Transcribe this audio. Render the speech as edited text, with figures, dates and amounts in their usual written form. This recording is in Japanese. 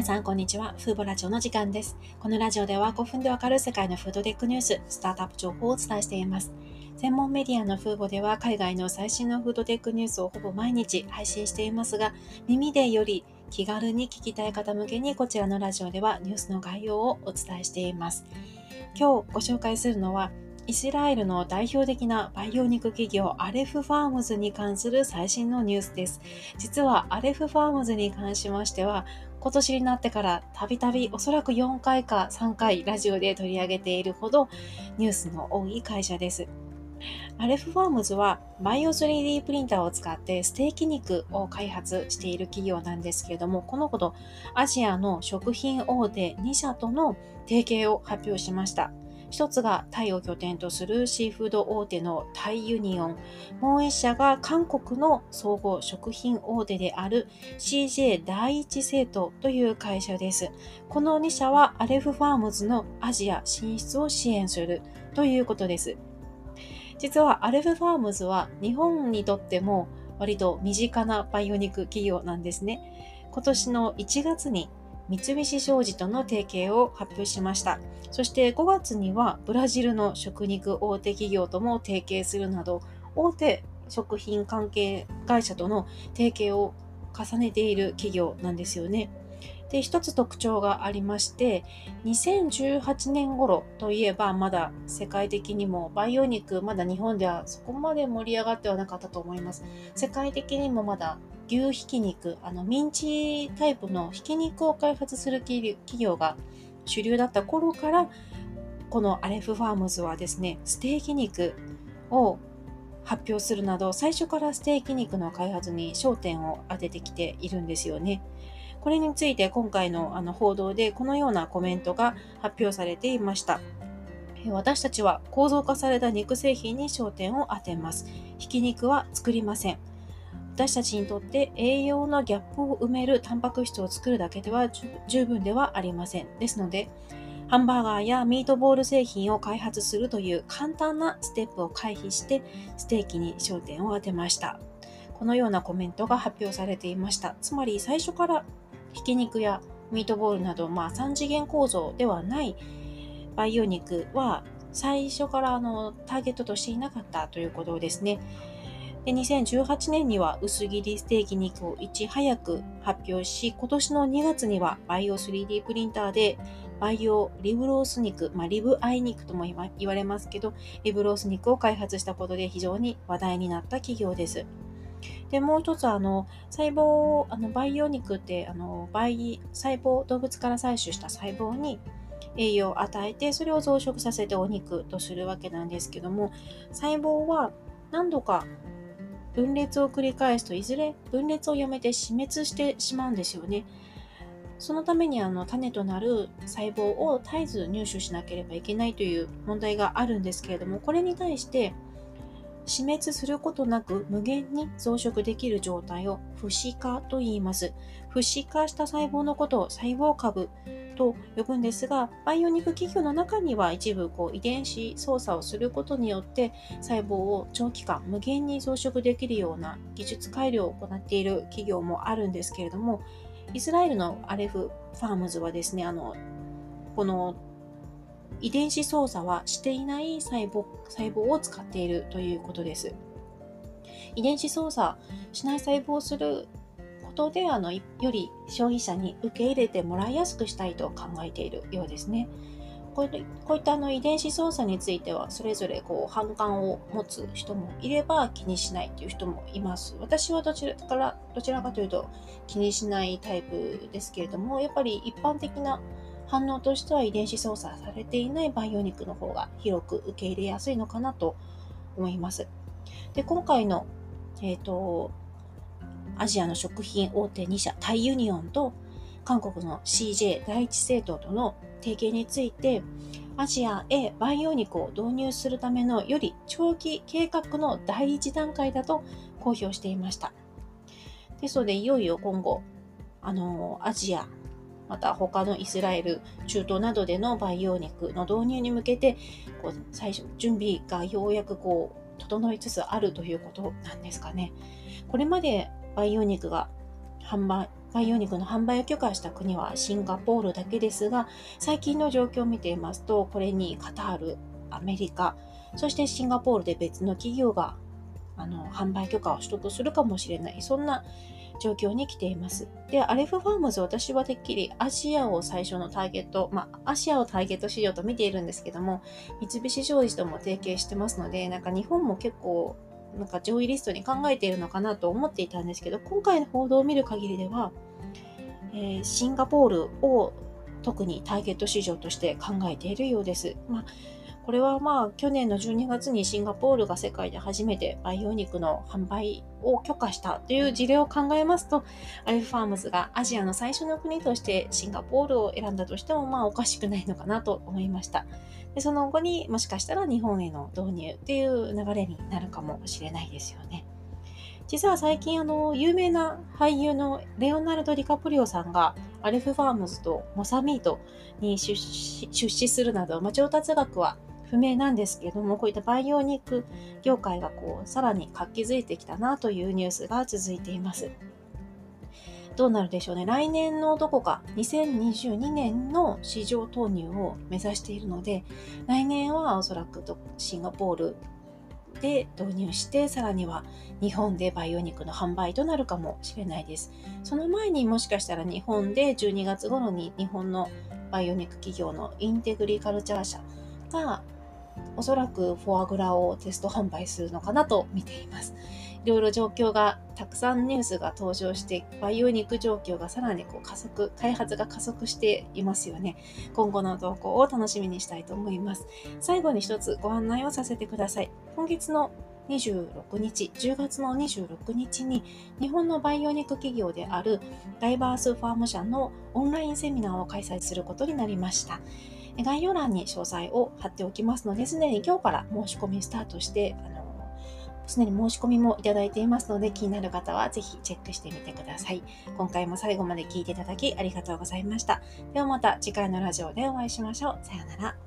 さんこんにちは。フーボラジオの時間です。このラジオでは5分でわかる世界のフードテックニュース、スタートアップ情報をお伝えしています。専門メディアのフーボでは海外の最新のフードテックニュースをほぼ毎日配信していますが、耳でより気軽に聞きたい方向けにこちらのラジオではニュースの概要をお伝えしています。今日ご紹介するのは、イスラエルの代表的な培養肉企業アレフファームズに関する最新のニュースです。実はアレフファームズに関しましては、今年になってからたびたびおそらく4回か3回ラジオで取り上げているほどニュースの多い会社です。アレフファームズはバイオ 3D プリンターを使ってステーキ肉を開発している企業なんですけれども、このほどアジアの食品大手2社との提携を発表しました。一つがタイを拠点とするシーフード大手のタイユニオン、もう一社が韓国の総合食品大手である CJ 第一製糖という会社です。この2社はアレフファームズのアジア進出を支援するということです。実はアレフファームズは日本にとっても割と身近な培養肉企業なんですね。今年の1月に三菱商事との提携を発表しました。そして5月にはブラジルの食肉大手企業とも提携するなど、大手食品関係会社との提携を重ねている企業なんですよね。で、一つ特徴がありまして、2018年頃といえばまだ世界的にも培養肉、まだ日本ではそこまで盛り上がってはなかったと思います。世界的にもまだ牛ひき肉、ミンチタイプのひき肉を開発する企業が主流だった頃から、このアレフファームズはですね、ステーキ肉を発表するなど、最初からステーキ肉の開発に焦点を当ててきているんですよね。これについて今回の報道でこのようなコメントが発表されていました。私たちは構造化された肉製品に焦点を当てます。ひき肉は作りません。私たちにとって栄養のギャップを埋めるタンパク質を作るだけでは十分ではありません。ですので、ハンバーガーやミートボール製品を開発するという簡単なステップを回避してステーキに焦点を当てました。このようなコメントが発表されていました。つまり最初からひき肉やミートボールなど、3次元構造ではない培養肉は最初からターゲットとしていなかったということですね。で、2018年には薄切りステーキ肉をいち早く発表し、今年の2月にはバイオ 3D プリンターでバイオリブロース肉、リブアイ肉とも言われますけど、リブロース肉を開発したことで非常に話題になった企業です。で、もう一つ細胞、培養肉って、細胞、動物から採取した細胞に栄養を与えて、それを増殖させてお肉とするわけなんですけども、細胞は何度か分裂を繰り返すといずれ分裂をやめて死滅してしまうんですよね。そのために種となる細胞を絶えず入手しなければいけないという問題があるんですけれども、これに対して死滅することなく無限に増殖できる状態を不死化と言います。不死化した細胞のことを細胞株と呼ぶんですが、培養肉企業の中には一部遺伝子操作をすることによって細胞を長期間無限に増殖できるような技術改良を行っている企業もあるんですけれども、イスラエルのアレフファームズはですね、この遺伝子操作はしていない細胞を使っているということです。遺伝子操作しない細胞をすることでより消費者に受け入れてもらいやすくしたいと考えているようですね。こういった遺伝子操作についてはそれぞれ反感を持つ人もいれば気にしないという人もいます。私はどちらかというと気にしないタイプですけれども、やっぱり一般的な反応としては遺伝子操作されていない培養肉の方が広く受け入れやすいのかなと思います。で、今回の、アジアの食品大手2社タイユニオンと韓国の CJ 第一製糖との提携について、アジアへ培養肉を導入するためのより長期計画の第一段階だと公表していました。ですので、いよいよ今後アジアまた他のイスラエル、中東などでの培養肉の導入に向けて準備がようやく整いつつあるということなんですかね。これまで培養肉が販培養肉の販売を許可した国はシンガポールだけですが、最近の状況を見ていますと、これにカタール、アメリカ、そしてシンガポールで別の企業が販売許可を取得するかもしれない、そんな状況に来ています。で、アレフファームズ、私はてっきりアジアを最初のターゲット、アジアをターゲット市場と見ているんですけども、三菱商事とも提携してますので、日本も結構上位リストに考えているのかなと思っていたんですけど、今回の報道を見る限りでは、シンガポールを特にターゲット市場として考えているようです。これは去年の12月にシンガポールが世界で初めて培養肉の販売を許可したという事例を考えますと、アレフファームズがアジアの最初の国としてシンガポールを選んだとしてもおかしくないのかなと思いました。で、その後にもしかしたら日本への導入っていう流れになるかもしれないですよね。実は最近有名な俳優のレオナルド・ディカプリオさんがアレフファームズとモサミートに出資するなど、調達額は不明なんですけれども、こういった培養肉業界がさらに活気づいてきたなというニュースが続いています。どうなるでしょうね。来年のどこか2022年の市場投入を目指しているので、来年はおそらくシンガポールで導入して、さらには日本で培養肉の販売となるかもしれないです。その前にもしかしたら日本で12月頃に日本の培養肉企業のインテグリカルチャー社がおそらくフォアグラをテスト販売するのかなと見ています。いろいろ状況がたくさんニュースが登場して、培養肉状況がさらに開発が加速していますよね。今後の動向を楽しみにしたいと思います。最後に一つご案内をさせてください。今月の26日、10月の26日に日本の培養肉企業であるダイバースファーム社のオンラインセミナーを開催することになりました。概要欄に詳細を貼っておきますので、すでに今日から申し込みスタートして、すでに申し込みもいただいていますので、気になる方はぜひチェックしてみてください。今回も最後まで聞いていただきありがとうございました。ではまた次回のラジオでお会いしましょう。さようなら。